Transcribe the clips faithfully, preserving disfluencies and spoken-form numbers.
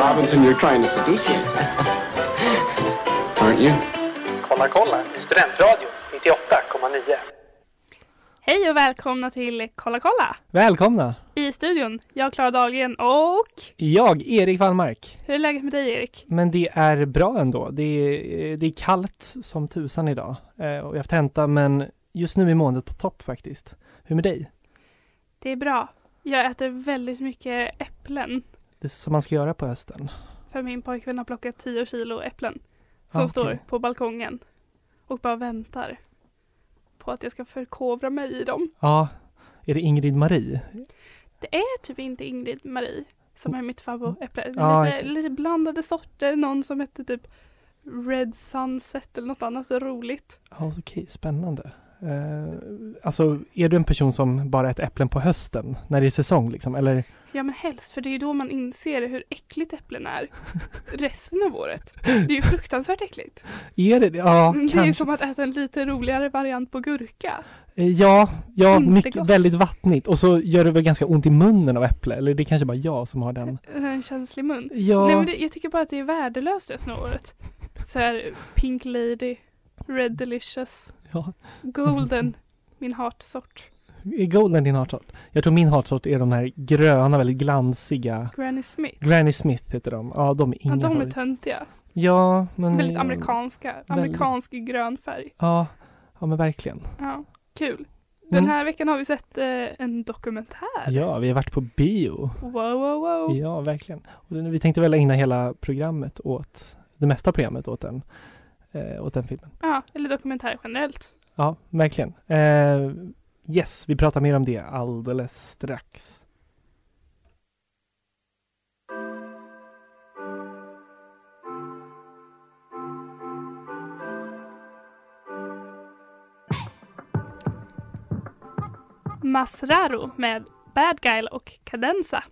Robinson, you're trying to seduce me. Aren't you? Kolla kolla i Studentradio nittioåtta komma nio. Hej och välkomna till Kolla kolla. Välkomna. I studion, jag Klara Dahlgren och... Jag, Erik Wallmark. Hur är läget med dig, Erik? Men det är bra ändå. Det är, det är kallt som tusan idag. Eh, och jag har haft hämta, men just nu är månadet på topp faktiskt. Hur med dig? Det är bra. Jag äter väldigt mycket äpplen. Det är som man ska göra på hösten. För min pojkvän har plockat tio kilo äpplen. Som Ah, står okej. på balkongen. Och bara väntar på att jag ska förkovra mig i dem. Ja, är det Ingrid Marie? Det är typ inte Ingrid Marie som är mitt favoritäpple. Det är Ja, lite, just det. lite blandade sorter. Någon som heter typ Red Sunset eller något annat roligt. Ja, okej, spännande. Eh, alltså, är du en person som bara äter äpplen på hösten när det är säsong liksom? Eller? Ja, men helst, för det är ju då man inser hur äckligt äpplen är resten av året. Det är ju fruktansvärt äckligt. Är det? Ja, Det är ju kanske. som att äta en lite roligare variant på gurka. Eh, Ja, ja Inte mycket, gott. väldigt vattnigt. Och så gör det väl ganska ont i munnen av äpple. Eller det är kanske bara jag som har den. En känslig mun. Ja, Nej, men det, jag tycker bara att det är värdelöst resten av året. Så här, Pink Lady, Red Delicious, ja. Golden, min hatsort. Är golden din hatsort? Jag tror min hatsort är de här gröna, väldigt glansiga. Granny Smith. Granny Smith heter de. Ja, de är Ja, inga de är favorit. töntiga. Ja, men... Väldigt amerikanska. Amerikansk grön färg. Ja, ja men verkligen. Ja, kul. Den Mm. här veckan har vi sett eh, en dokumentär. Ja, vi har varit på bio. Wow, wow, wow. Ja, verkligen. Och den, vi tänkte väl ägna hela programmet åt, det mesta av programmet åt den, eh, åt den filmen. Ja, eller dokumentär generellt. Ja, verkligen. Eh, yes, vi pratar mer om det alldeles strax. Masraro med Bad Guy och Cadenza.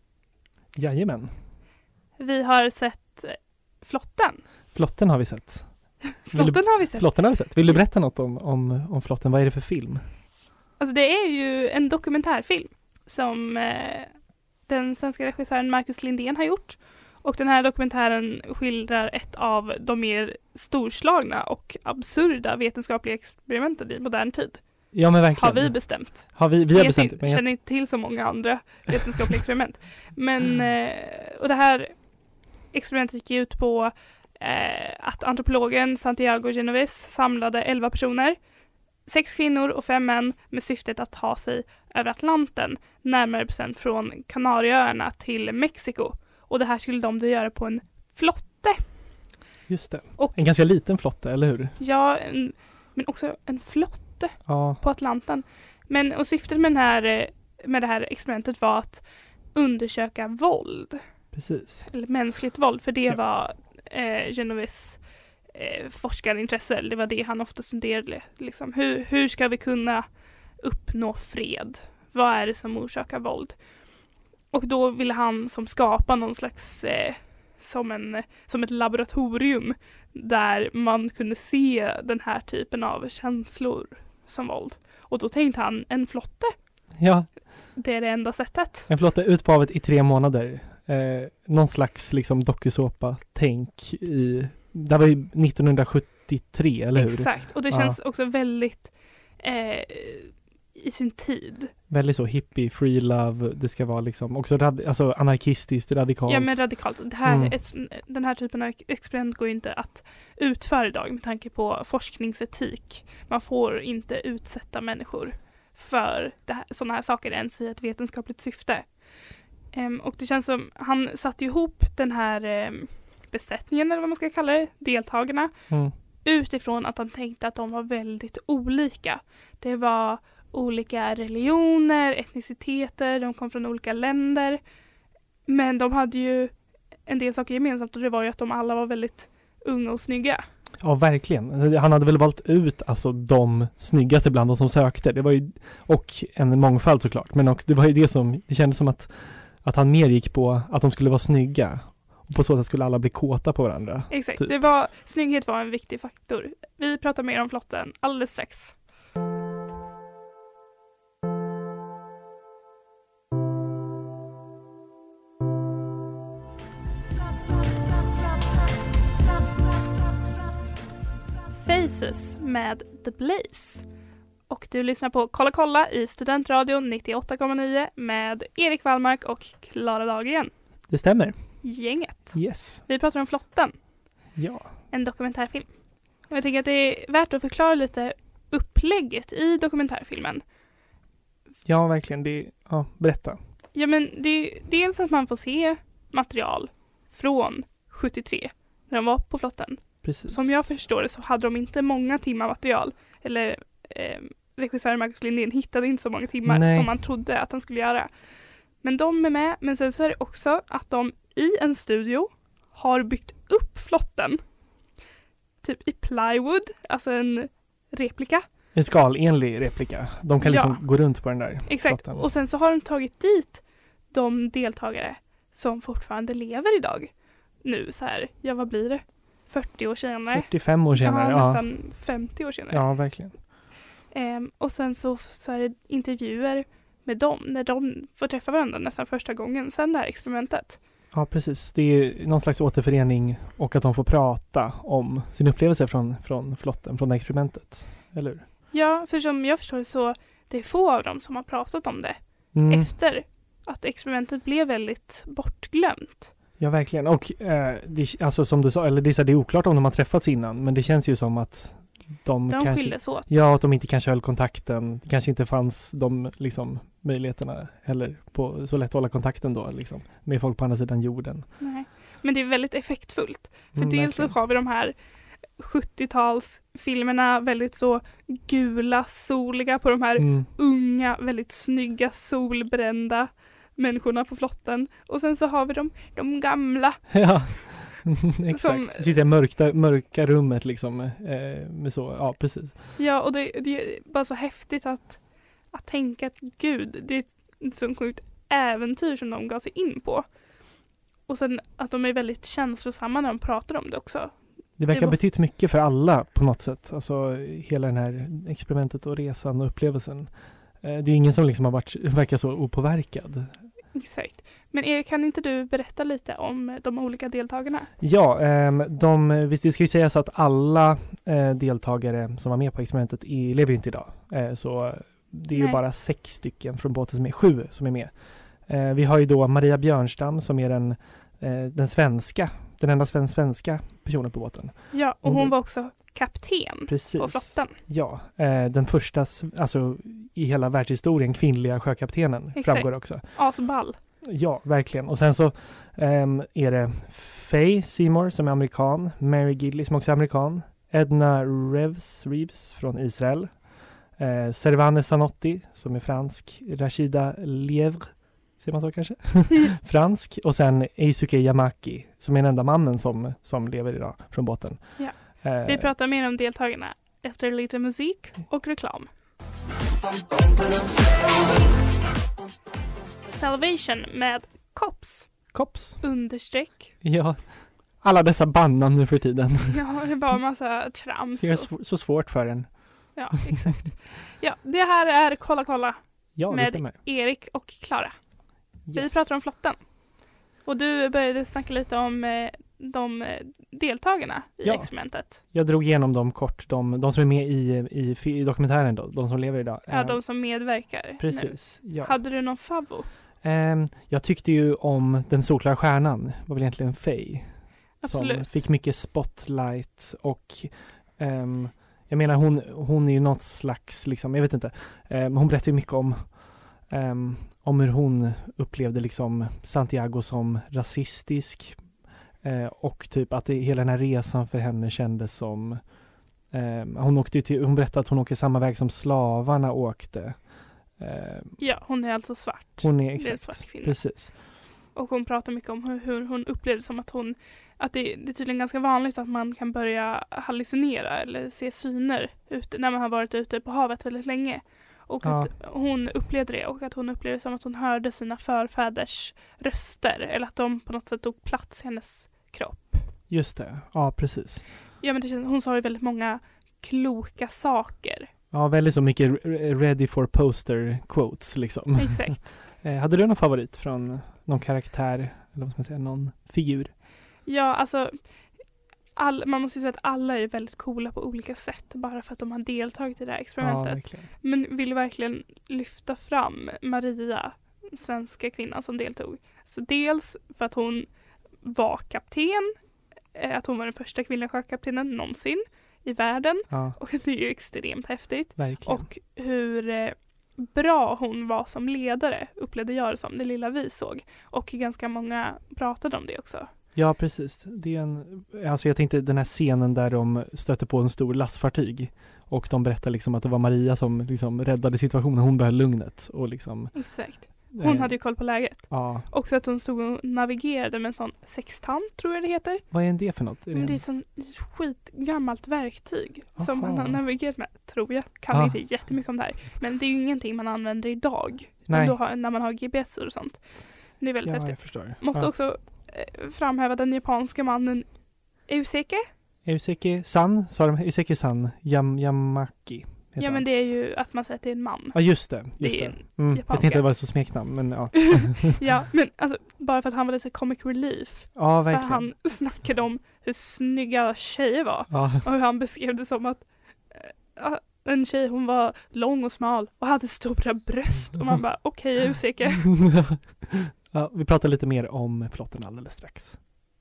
Jajamän. Vi har sett eh, Flotten. Flotten har vi sett. Flotten du, har vi sett. Flotten har vi sett. Vill du berätta något om, om, om Flotten? Vad är det för film? Alltså det är ju en dokumentärfilm som eh, den svenska regissören Marcus Lindén har gjort. Och den här dokumentären skildrar ett av de mer storslagna och absurda vetenskapliga experimenten i modern tid. Ja, men verkligen. Har vi bestämt. Har vi, vi har Jag bestämt till, det. Men jag, känner inte till så många andra vetenskapliga experiment. Men, eh, och det här experimentet gick ut på eh, att antropologen Santiago Genoves samlade elva personer, sex kvinnor och fem män, med syftet att ta sig över Atlanten, närmare bestämt från Kanarieöarna till Mexiko. Och det här skulle de då göra på en flotte. just det. Och En ganska liten flotte, eller hur? ja, en, men också en flotte Ja, på Atlanten. Men och syftet med, den här, eh, med det här experimentet var att undersöka våld. precis. Eller mänskligt våld. För det Ja. var eh, Genoves eh, forskarintresse. Det var det han ofta studerade. Liksom. Hur, hur ska vi kunna uppnå fred? Vad är det som orsakar våld? Och då ville han som skapa någon slags eh, som, en, som ett laboratorium där man kunde se den här typen av känslor som våld. Och då tänkte han en flotte. Ja, Det är det enda sättet. en flotte ut på havet i tre månader. Eh, någon slags liksom dokusåpa-tänk i... Det var ju nittonhundrasjuttiotre, eller hur? Exakt. Och det Ja. känns också väldigt eh, i sin tid. Väldigt så hippie, free love. Det ska vara liksom också rad, alltså anarkistiskt, radikalt. Ja, men radikalt. Det här, Mm. ett, den här typen av experiment går ju inte att utföra idag med tanke på forskningsetik. Man får inte utsätta människor för sådana här saker ens i ett vetenskapligt syfte. Um, och det känns som, han satte ihop den här um, besättningen, eller vad man ska kalla det, deltagarna, Mm. utifrån att han tänkte att de var väldigt olika. Det var olika religioner, etniciteter, de kom från olika länder. Men de hade ju en del saker gemensamt, och det var ju att de alla var väldigt unga och snygga. Ja, verkligen. Han hade väl valt ut alltså de snyggaste bland de som sökte. Det var ju, och en mångfald såklart. Men också, det var ju det som, det kändes som att, att han mer gick på att de skulle vara snygga. Och på så sätt skulle alla bli kåta på varandra. Exakt, Typ. det var, snygghet var en viktig faktor. Vi pratar mer om flotten alldeles strax. Oasis med The Blaze. Och du lyssnar på Kolla kolla i Studentradion nittioåtta komma nio med Erik Wallmark och Klara Dahlgren. Det stämmer. Gänget. Yes. Vi pratar om Flotten. Ja. En dokumentärfilm. Och jag tänker att det är värt att förklara lite upplägget i dokumentärfilmen. Ja, verkligen. Det, ja, berätta. Ja, men det är dels att man får se material från sjuttiotre när de var på flotten. Precis. Som jag förstår det så hade de inte många timmar material. Eller eh, regissör Marcus Lindén hittade inte så många timmar Nej. som man trodde att han skulle göra. Men de är med. Men sen så är det också att de i en studio har byggt upp flotten. Typ i plywood. Alltså en replika. En skalenlig replika. De kan liksom Ja. gå runt på den där Exakt. flotten. Och sen så har de tagit dit de deltagare som fortfarande lever idag. Nu så här, ja vad blir det? fyrtio år senare. fyrtiofem år senare. Ja, Ja, nästan femtio år senare. ja verkligen. Ehm, och sen så, så är det intervjuer med dem när de får träffa varandra nästan första gången sen det här experimentet. Ja, precis. Det är någon slags återförening och att de får prata om sin upplevelse från, från flotten, från det experimentet. Eller hur? Ja, för som jag förstår det så det är få av dem som har pratat om det Mm. efter att experimentet blev väldigt bortglömt. Ja, verkligen. Och eh, det, alltså som du sa, eller det är, så här, det är oklart om de har träffats innan, men det känns ju som att de, De kanske... skildes åt. Ja, att de inte kanske höll kontakten. Det kanske inte fanns de liksom, möjligheterna heller på så lätt att hålla kontakten då liksom, med folk på andra sidan jorden. Nej. Men det är väldigt effektfullt. För Mm, dels så verkligen. har vi de här sjuttio-talsfilmerna väldigt så gula, soliga på de här Mm. unga, väldigt snygga, solbrända människorna på flotten. Och sen så har vi de, de gamla. Ja, exakt. Som- Sitter i mörka, mörka rummet liksom, eh, med så, ja precis. Ja, och det, det är bara så häftigt att, att tänka att gud, det är ett sånt sjukt äventyr som de gav sig in på. Och sen att de är väldigt känslosamma när de pratar om det också. Det verkar Det ha måste- betytt mycket för alla på något sätt. Alltså hela den här experimentet och resan och upplevelsen. Eh, det är ingen som liksom har varit, verkar så opåverkad. Exakt. Men Erik, kan inte du berätta lite om de olika deltagarna? Ja, ehm, de, visst det ska ju sägas att alla eh, deltagare som var med på experimentet i, lever ju inte idag. Eh, så det är ju Nej. bara sex stycken från båten som är, sju som är med. Eh, vi har ju då Maria Björnstam som är den, eh, den svenska, den enda sven- svenska personen på båten. Ja, och Mm. hon var också kapten Precis. på flotten. Ja, eh, den första, s- alltså i hela världshistorien, kvinnliga sjökaptenen Exakt. framgår också. Asball. Ja, verkligen. Och sen så ehm, är det Faye Seymour som är amerikan, Mary Gidley som också är amerikan, Edna Reeves, Reeves från Israel, eh, Servane Zanotti som är fransk, Rashida Lievre, ser man så kanske? fransk, och sen Eisuke Yamaki som är den enda mannen som, som lever idag från båten. Ja. Eh, Vi pratar mer om deltagarna efter lite musik och reklam. Salvation med Cops Cops. understreck. Ja, alla dessa bandnamn nu för tiden. Ja, det var en massa trams. Det är Och, sv- så svårt för en. ja, exakt. Ja, det här är Kolla kolla Ja, det med stämmer. Erik och Klara. Vi Yes. pratar om flotten. Och du började snacka lite om eh, de eh, deltagarna i Ja. experimentet. Jag drog igenom dem kort, de, de som är med i, i, i dokumentären då, de som lever idag. Ja, Ehm, de som medverkar nu. Precis, ja. Hade du någon favvo? Ehm, jag tyckte ju om den solklara stjärnan, var väl egentligen Faye. Som Absolut. fick mycket spotlight och ehm, jag menar hon, hon är ju något slags, liksom, jag vet inte, ehm, hon berättar ju mycket om ehm, om hur hon upplevde liksom Santiago som rasistisk eh, och typ att det, hela den här resan för henne kändes som ehm, hon åkte ju till, hon berättade att hon åker samma väg som slavarna åkte. Ehm, Ja, hon är alltså svart. hon är Det är en exakt, svart kvinna. precis. Och hon pratar mycket om hur, hur hon upplevde som att hon att det, det är tydligen ganska vanligt att man kan börja hallucinera eller se syner ute, när man har varit ute på havet väldigt länge. Och Ja. att hon upplevde det och att hon upplevde som att hon hörde sina förfäders röster eller att de på något sätt tog plats i hennes kropp. Just det, ja precis. Ja, men det känns, hon sa ju väldigt många kloka saker. Ja, väldigt så mycket re- ready for poster quotes liksom. Exakt. Eh, hade du någon favorit från någon karaktär eller vad ska man säga, någon figur? Ja, alltså all, man måste säga att alla är väldigt coola på olika sätt bara för att de har deltagit i det här experimentet. Ja, verkligen. Men vill verkligen lyfta fram Maria, svenska kvinnan som deltog. Så dels för att hon var kapten, att hon var den första kvinnliga sjökaptenen någonsin i världen. Ja. Och det är ju extremt häftigt. Verkligen. Och hur eh, bra hon var som ledare, upplevde jag det som, det lilla vi såg. Och ganska många pratade om det också. Ja, precis. Det är en, alltså jag tänkte den här scenen där de stötte på en stor lastfartyg och de berättar liksom att det var Maria som liksom räddade situationen. Hon behöll lugnet och liksom... Exakt. Hon eh, hade ju koll på läget. Ja. Också att hon stod och navigerade med en sån sextant, tror jag det heter. Vad är det för något? Är det, Men det är en... sån skitgammalt verktyg som Aha. man har navigerat med, tror jag. Kan Ah. inte jättemycket om det här. Men det är ju ingenting man använder idag. Nej. Då har, när man har G P S och sånt. Det är väldigt Ja, häftigt. jag förstår. Måste Ja. också eh, framhäva den japanska mannen Euseke. Euseke-san, sa de? Euseke-san, Yam, Yamaki. heter Ja, han. men det är ju att man säger att det är en man. Ja, just det. Just Det det. är Mm. Jag japanska. tänkte att det var så smeknamn, men ja. Ja, men alltså, bara för att han var lite comic relief. Ja, För verkligen. han snackade om hur snygga tjejer var. Ja. Och hur han beskrev det som att äh, en tjej, hon var lång och smal och hade stora bröst. Och man bara, okej, okay, osäker. Ja, vi pratar lite mer om flotten alldeles strax.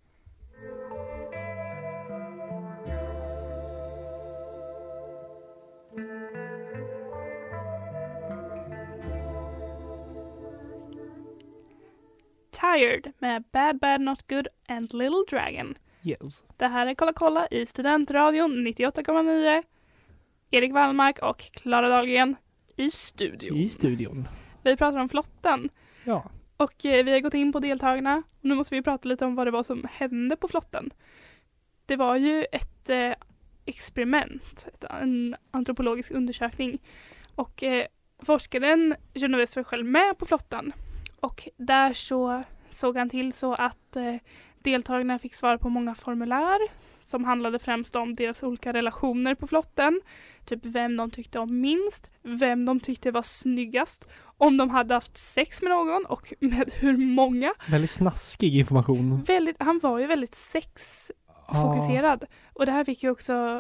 Tired med Bad Bad Not Good and Little Dragon. Yes. Det här är Kolla Kolla i Studentradion nittioåtta komma nio. Erik Wallmark och Klara Dahlgren i studion. I studion. Vi pratar om flotten. Ja. Och eh, vi har gått in på deltagarna. Och nu måste vi prata lite om vad det var som hände på flotten. Det var ju ett eh, experiment. Ett, en antropologisk undersökning. Och eh, forskaren Genovese var själv med på flotten. Och där så såg han till så att eh, deltagarna fick svara på många formulär som handlade främst om deras olika relationer på flotten. Typ vem de tyckte om minst, vem de tyckte var snyggast, om de hade haft sex med någon och med hur många. Väldigt snaskig information. Väldigt, han var ju väldigt sexfokuserad. Och det här fick ju också,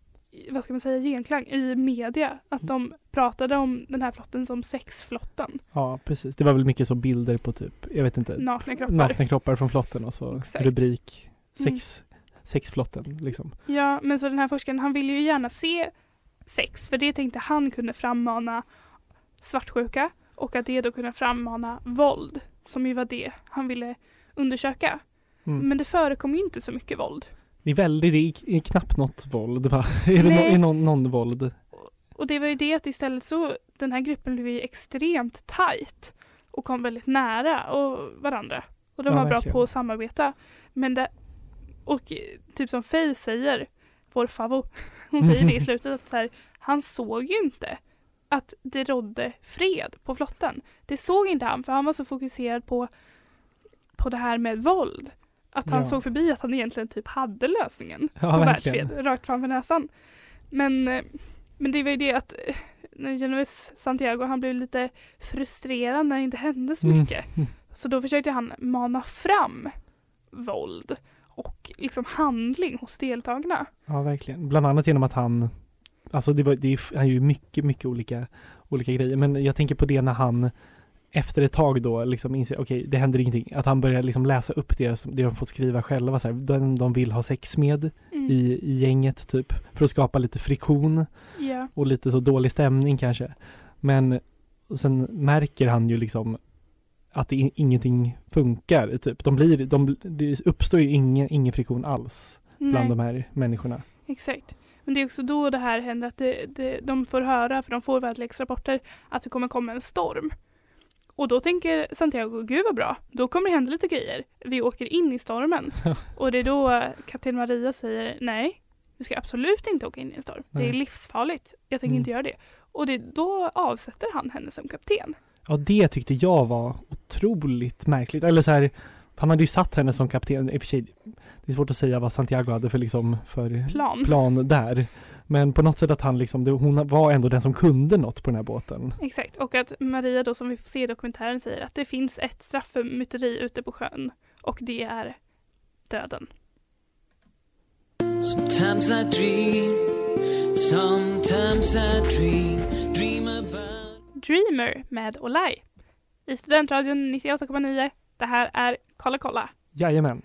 vad ska man säga, genklang i media. Att de pratade om den här flotten som sexflotten. Ja, precis. Det var väl mycket så bilder på typ, jag vet inte. Nakna kroppar. Nakna kroppar från flotten och så Exakt. rubrik sex, mm. sexflotten liksom. Ja, men så den här forskaren, han ville ju gärna se sex. För det tänkte han kunde frammana svartsjuka. Och att det då kunde frammana våld. Som ju var det han ville undersöka. Mm. Men det förekom ju inte så mycket våld. Det är väldigt, det är knappt något våld. Va? Är det no, är någon, någon våld? Och det var ju det att istället så, den här gruppen blev ju extremt tajt. Och kom väldigt nära och varandra. Och de Ja, var bra verkligen. på att samarbeta. Men det, och typ som Faye säger, vår favvo, hon säger det i slutet att så här, han såg ju inte att det rådde fred på flotten. Det såg inte han, för han var så fokuserad på, på det här med våld. Att han Ja. såg förbi att han egentligen typ hade lösningen Ja, på verkligen. världsfred rakt framför näsan. Men, eh, men det var ju det att eh, när Genovese Santiago, han blev lite frustrerad när det inte hände så Mm. mycket. Så då försökte han mana fram våld och liksom handling hos deltagarna. Ja, verkligen. Bland annat genom att han, alltså det var, det är, han är ju mycket, mycket olika, olika grejer. Men jag tänker på det när han efter ett tag då liksom inser, okej, okay, det händer ingenting. Att han börjar liksom läsa upp det, det de fått skriva själva, så här, den de vill ha sex med Mm. i, i gänget typ. För att skapa lite friktion Ja. och lite så dålig stämning kanske. Men sen märker han ju liksom att det, ingenting funkar typ. De blir, de, det uppstår ju ingen, ingen friktion alls bland Nej. de här människorna. Exakt. Men det är också då det här händer att det, det, de får höra, för de får väderleksrapporter, att det kommer komma en storm. Och då tänker Santiago, gud vad bra, då kommer det hända lite grejer. Vi åker in i stormen. Och det är då kapten Maria säger, nej, vi ska absolut inte åka in i en storm. Det är Nej. livsfarligt, jag tänker Mm. inte göra det. Och det, då avsätter han henne som kapten. Ja, det tyckte jag var otroligt märkligt. Eller så här, han hade ju satt henne som kapten. I och för sig, det är svårt att säga vad Santiago hade för liksom för Plan. plan där. Men på något sätt att han liksom, det, hon var ändå den som kunde något på den här båten. Exakt, och att Maria då, som vi får se i dokumentären, säger att det finns ett straff för myteri ute på sjön. Och det är döden. Sometimes I dream, sometimes I dream, dream about... Dreamer med Olaj. I Studentradion nittioåtta komma nio. Det här är Kolla kolla. Jajamän.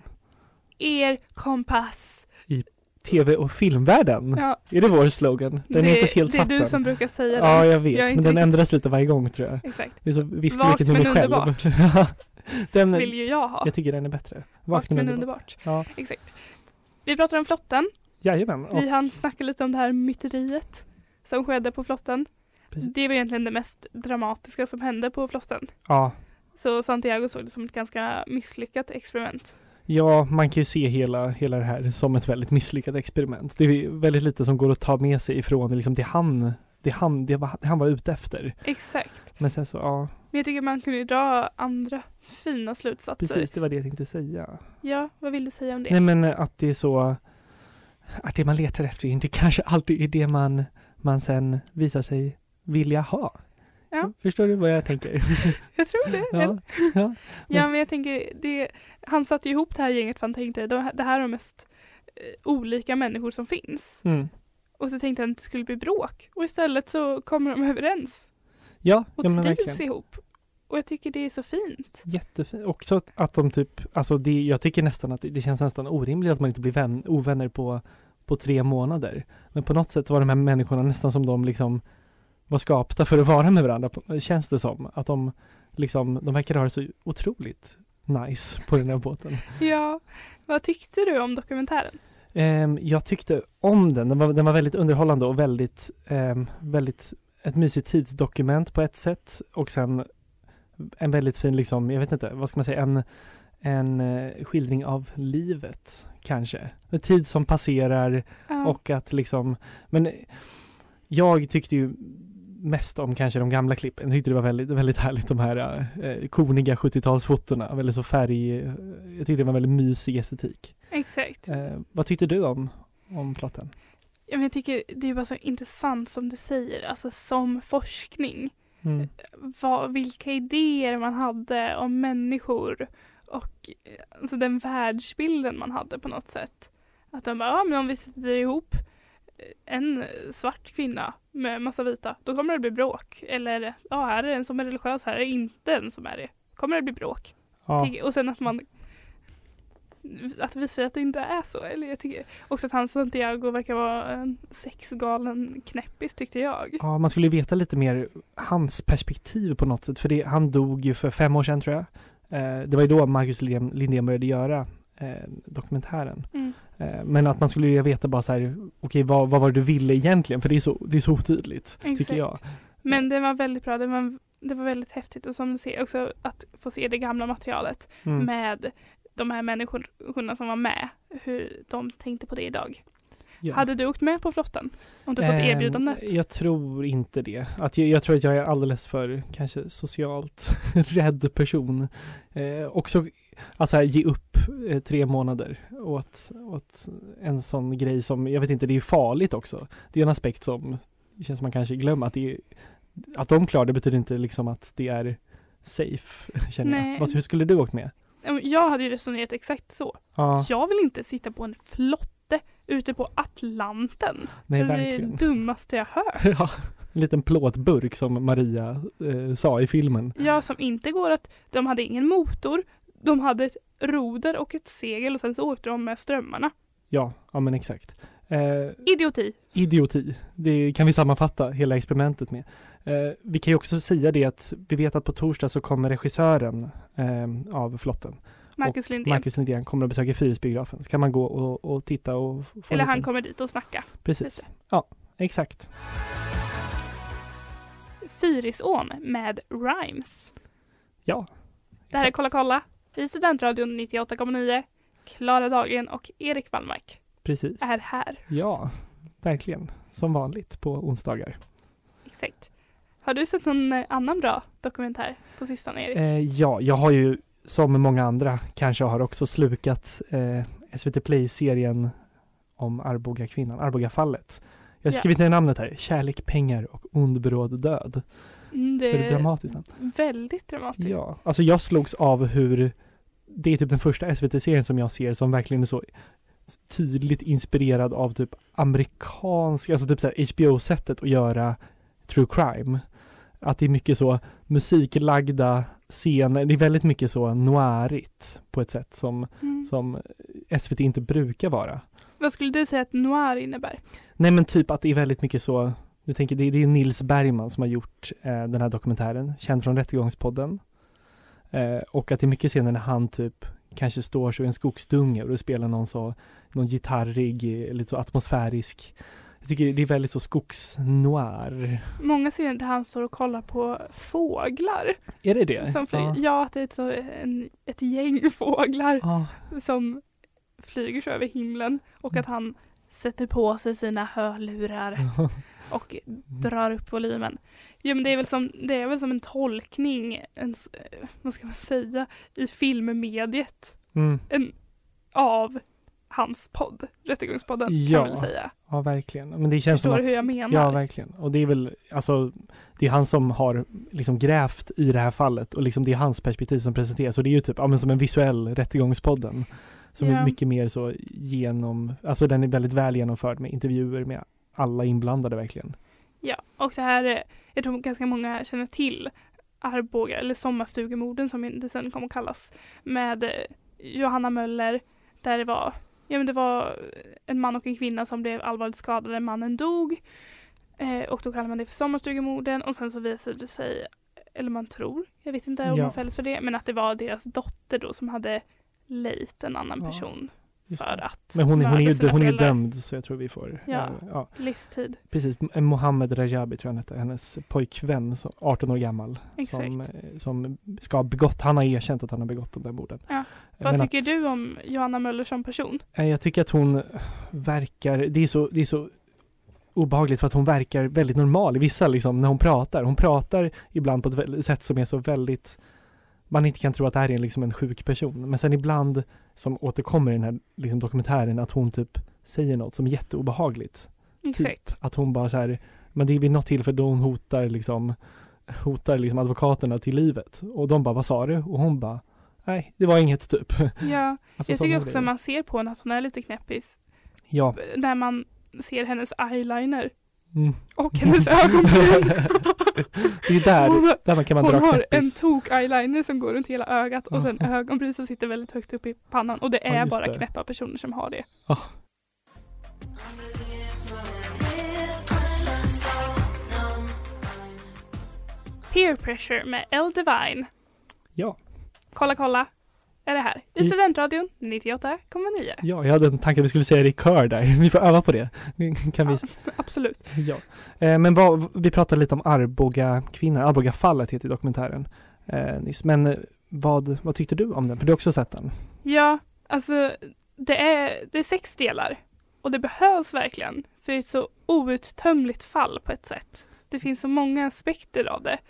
Er kompass. Tv- och filmvärlden. Ja. Är det vår slogan? Den det, är inte helt det satt är du än. som brukar säga det. Ja, jag vet. Jag men den riktigt... ändras lite varje gång, tror jag. Exakt. Det är så Vakt viskeleket med mig men själv. underbart. den, vill ju jag ha. Jag tycker den är bättre. Vakt, Vakt men underbart. underbart. Ja. Exakt. Vi pratar om flotten. Jajamän. Och, Vi hann snacka lite om det här myteriet som skedde på flotten. precis. Det var egentligen det mest dramatiska som hände på flotten. Ja. Så Santiago såg det som ett ganska misslyckat experiment. Ja, man kan ju se hela, hela det här som ett väldigt misslyckat experiment. Det är väldigt lite som går att ta med sig ifrån liksom det han, det han, det var, det han var ute efter. Exakt. Men sen så, ja, Men jag tycker man kunde ju dra andra fina slutsatser. precis, det var det jag tänkte säga. Ja, vad vill du säga om det? Nej, men att det är så, att det man letar efter inte kanske alltid är det man, man sen visar sig vilja ha. Ja. Förstår du vad jag tänker? Jag tror det. Ja, eller? ja. Ja, men jag tänker, det, han satte ihop det här gänget för han tänkte, de, det här är de mest eh, olika människor som finns. Mm. Och så tänkte han att det skulle bli bråk. Och istället så kommer de överens Ja, och ja men trivs verkligen. ihop. Och jag tycker det är så fint. Jättefint. Också att, att de typ, alltså det, jag tycker nästan att det, det känns nästan orimligt att man inte blir vän, ovänner på, på tre månader. Men på något sätt var de här människorna nästan som de liksom var skapta för att vara med varandra. Känns det som. Att de liksom, de verkar ha det så otroligt nice på den här båten. Ja, vad tyckte du om dokumentären? Um, jag tyckte om den. Den var, den var väldigt underhållande och väldigt, um, väldigt ett mysigt tidsdokument på ett sätt. Och sen en väldigt fin, liksom, jag vet inte, vad ska man säga, en, en uh, skildring av livet kanske. En tid som passerar Ja. och att liksom, men jag tyckte ju mest om kanske de gamla klippen. Jag tyckte det var väldigt, väldigt härligt de här eh, koniga sjuttiotalsfotona. Väldigt så färg, jag tyckte det var väldigt mysig estetik. Exakt. Eh, vad tyckte du om, om flotten? Ja, men jag tycker det är bara så intressant som du säger, alltså som forskning. Mm. Vad, vilka idéer man hade om människor och eh, alltså den världsbilden man hade på något sätt. Att de bara, ja men om vi sätter ihop en svart kvinna med massa vita, då kommer det bli bråk. Eller, ja här är en som är religiös, här är inte en som är det. Kommer det bli bråk. Ja. Och sen att man att vi säger att det inte är så. Eller jag tycker också att han Santiago verkar vara en sexgalen knäppis, tyckte jag. ja, man skulle veta lite mer hans perspektiv på något sätt. För det, han dog ju för fem år sedan, tror jag. Eh, det var ju då Marcus Lindén, Lindén började göra eh, dokumentären. Mm. Eh, men att man skulle vilja veta bara så här, okej, okay, vad, vad var det du ville egentligen? För det är så, det är så otydligt, Exakt. tycker jag. Men det var väldigt bra. Det var, det var väldigt häftigt. Och som du ser också att få se det gamla materialet Mm. med de här människorna som var med. Hur de tänkte på det idag. Ja. Hade du åkt med på flottan? Om du fått Ehm, erbjudandet? Jag tror inte det. Att jag, jag tror att jag är alldeles för kanske socialt rädd person. Eh, också alltså här, ge upp eh, tre månader åt, åt en sån grej som, jag vet inte, det är ju farligt också. Det är en aspekt som det känns som man kanske glömmer. Att, det är, att de klarar det betyder inte liksom att det är safe, känner Nej. jag. Vad, hur skulle du åkt med? Jag hade ju resonerat exakt så. Ja, Jag vill inte sitta på en flotte ute på Atlanten. nej, det är verkligen. det dummaste jag hört. Ja, en liten plåtburk som Maria eh, sa i filmen. Ja, som inte går att... De hade ingen motor. De hade ett roder och ett segel och sen så åkte de med strömmarna. Ja, ja men exakt. Eh, Idioti. idioti. Det kan vi sammanfatta hela experimentet med. Eh, vi kan ju också säga det att vi vet att på torsdag så kommer regissören eh, av flotten. Marcus Lindén. Marcus Lindén kommer att besöka Fyrisbiografen. Så kan man gå och, och titta och få Eller lite... han kommer dit och snacka. Precis. lite. Ja, exakt. Fyrisån med Rhymes. Ja. Det här är exakt. Kolla kolla. I Studentradion nittioåtta komma nio. Klara Dahlgren och Erik Wallmark Precis. är här. Ja, verkligen. Som vanligt på onsdagar. Exakt. Har du sett någon eh, annan bra dokumentär på sistone, Erik? Eh, ja, jag har ju som många andra kanske har också slukat eh, S V T Play-serien om Arboga kvinnan, Arboga-fallet. Jag har Ja. skrivit ner namnet här. Kärlek, pengar och ond bråd död. Mm, det Är det är dramatiskt? väldigt dramatiskt. Ja, alltså jag slogs av hur det är typ den första S V T-serien som jag ser som verkligen är så tydligt inspirerad av typ amerikansk, alltså typ så här H B O-sättet att göra true crime. Att det är mycket så musiklagda scener, det är väldigt mycket så noirigt på ett sätt som, Mm. som S V T inte brukar vara. Vad skulle du säga att noir innebär? Nej men typ att det är väldigt mycket så, du tänker det, det är Nils Bergman som har gjort eh, den här dokumentären, känd från Rättegångspodden. Eh, och att det är mycket scener när han typ kanske står så i en skogsdunge och spelar någon så, någon gitarrig, lite så atmosfärisk. Jag tycker det är väldigt så skogsnoir. Många scener där han står och kollar på fåglar. Är det det? Som flyger. Ja. Ja, att det är ett, så, en, ett gäng fåglar Ja. som flyger så över himlen och att han sätter på sig sina hörlurar och drar upp volymen. Ja, men det är väl som, det är väl som en tolkning, en, s- eh, vad ska man säga, i filmmediet Mm. en, av hans podd, Rättegångspodden, kan Ja. man väl säga. Ja, verkligen. Men det känns Förstår som du att... hur jag menar? Ja, verkligen. Och det är väl, alltså, det är han som har liksom grävt i det här fallet och liksom det är hans perspektiv som presenteras. Och det är ju typ, ja men som en visuell Rättegångspodden. Som Ja. är mycket mer så genom, alltså den är väldigt väl genomförd med intervjuer med alla inblandade verkligen. Ja, och det här, eh, jag tror ganska många känner till Arboga, eller Sommarstugemorden som det sen kommer att kallas, med eh, Johanna Möller, där det var, ja men det var en man och en kvinna som blev allvarligt skadade, mannen dog, eh, och då kallar man det för Sommarstugemorden, och sen så visade det sig, eller man tror, jag vet inte om Ja. man fälls för det, men att det var deras dotter då som hade lejt en annan Ja, person Just för det. att Men hon, är- hon är ju mörda sina hon är föräldrar. dömd så jag tror vi får, Ja. eh, ja Livstid. precis. M- Mohammed Rajabi tror jag han hette, hennes pojkvän, så arton år gammal, Exakt. som, eh, som ska ha begått, han har erkänt att han har begått de där morden. Ja. Men Vad att- tycker du om Johanna Möller som person? Eh, Jag tycker att hon verkar, det är så, det är så obehagligt för att hon verkar väldigt normal i vissa liksom när hon pratar. Hon pratar ibland på ett vä- sätt som är så väldigt, man inte kan tro att det här är liksom en sjuk person. Men sen ibland som återkommer i den här liksom dokumentären att hon typ säger något som är jätteobehagligt. Exakt. Typ att hon bara så här, men det är vid något tillfälle då hon hotar liksom hotar liksom advokaterna till livet. Och de bara, vad sa du? Och hon bara, nej, det var inget typ. Ja, Alltså, jag sådana tycker också grejer. att man ser på henne att hon är lite knäppis. Ja. När man ser hennes eyeliner Mm. och hennes ögonbryn. Det är där, Hon har- där man kan man Hon dra har en knäppis. tok-eyeliner som går runt hela ögat och Ja. sen ögonbryn som sitter väldigt högt upp i pannan. Och det Ja, är just bara det. knäppa personer som har det. Ja. Peer Pressure med Elle Devine. Ja. Kolla, kolla. Är det här? I I- Studentradion nittioåtta komma nio. Ja, jag hade en tanke att vi skulle säga det i kör där. Vi får öva på det. Kan vi? Absolut. Ja. Eh, men vad, vi pratade lite om Arboga kvinnor. Arboga-fallet heter dokumentären eh, nyss. Men eh, vad, vad tyckte du om den? För du har också sett den. Ja, alltså det är, det är sex delar. Och det behövs verkligen. För det är ett så outtömligt fall på ett sätt. Det finns så många aspekter av det.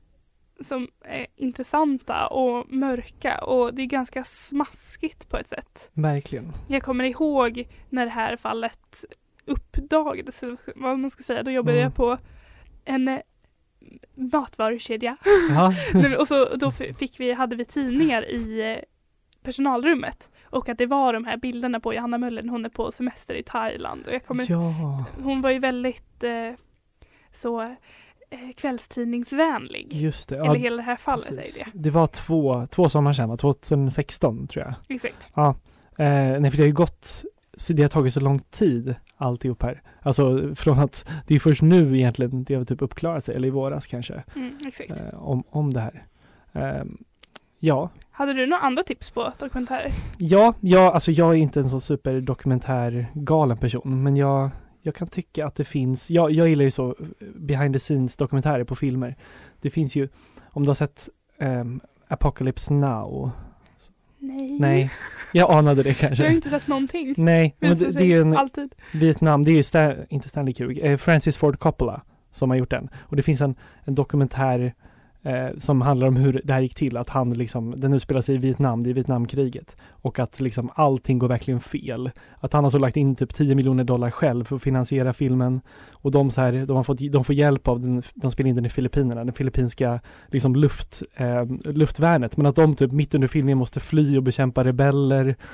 Som är intressanta och mörka. Och det är ganska smaskigt på ett sätt. Verkligen. Jag kommer ihåg när det här fallet uppdagades. Eller vad man ska säga. Då jobbade Mm. jag på en eh, matvarukedja. Ja. Nej, men- och så då f- fick vi, hade vi tidningar i eh, personalrummet. Och att det var de här bilderna på Johanna Möller när hon är på semester i Thailand. Och jag kommer, ja. hon var ju väldigt eh, så eh, kvällstidningsvänlig. Just det. Eller Ja, hela det här fallet precis. är det. Det var två, två sommar sedan, va? tjugohundrasexton tror jag. Exakt. Ja. Eh, nej, för det har ju gått, så det har tagit så lång tid alltihop här. Alltså från att det är först nu egentligen det har typ uppklarat sig, eller i våras kanske, Mm, exakt. eh, om, om det här. Eh, ja. Hade du några andra tips på dokumentärer? Ja, ja, alltså jag är inte en så superdokumentärgalen person, men jag, jag kan tycka att det finns, jag, jag gillar ju så behind the scenes dokumentärer på filmer. Det finns ju, om du har sett ehm, Apocalypse Now. Nej. Nej, jag anade det Jag har kanske. inte sett någonting. Nej, men det, det är ju en Alltid. Vietnam, det är Sta- inte Stanley Kubrick, eh, Francis Ford Coppola som har gjort den. Och det finns en, en dokumentär eh, som handlar om hur det här gick till, att han liksom, den utspelar sig i Vietnam, det är Vietnamkriget, och att liksom allting går verkligen fel. Att han har så lagt in typ tio miljoner dollar själv för att finansiera filmen, och de så här, de har fått, de får hjälp av den, de spelar in den i Filippinerna, den filippinska liksom luft, eh, luftvärnet, men att de typ mitt under filmen måste fly och bekämpa rebeller.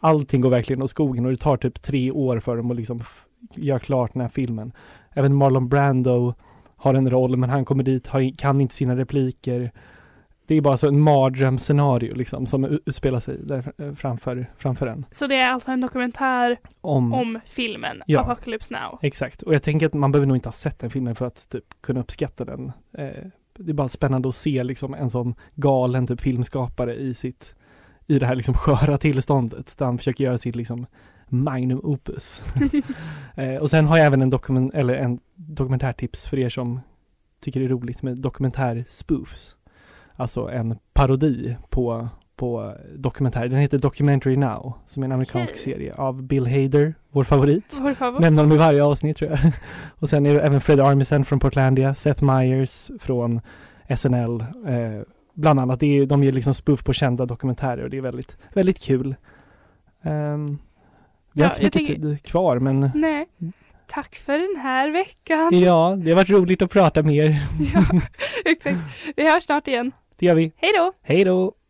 allting går verkligen åt skogen och det tar typ tre år för dem att liksom f- göra klart den här filmen. Även Marlon Brando har en roll, men han kommer dit, har, kan inte sina repliker. Det är bara så en mardrömsscenario liksom, som u- utspelar sig där framför, framför en. Så det är alltså en dokumentär Om, om filmen Ja. Apocalypse Now. Exakt, och jag tänker att man behöver nog inte ha sett den filmen för att typ kunna uppskatta den. Eh, det är bara spännande att se liksom en sån galen typ filmskapare i sitt, i det här liksom sköra tillståndet där han försöker göra sitt liksom magnum opus. eh, och sen har jag även en, dokument, eller en dokumentärtips för er som tycker det är roligt med dokumentär-spoofs. Alltså en parodi på, på dokumentär. Den heter Documentary Now, som är en amerikansk Okej. serie av Bill Hader, vår favorit. Vår favorit. Nämner dem i varje avsnitt tror jag. Och sen är det även Fred Armisen från Portlandia, Seth Meyers från S N L. Eh, bland annat, det är, de ger liksom spoof på kända dokumentärer och det är väldigt, väldigt kul. Um, vi Ja, har inte så jag mycket tänker- tid kvar, men Nej. Tack för den här veckan. ja, det har varit roligt att prata med er. Ja, exakt. Vi hörs snart igen. Det gör vi. Hej då! Hej då!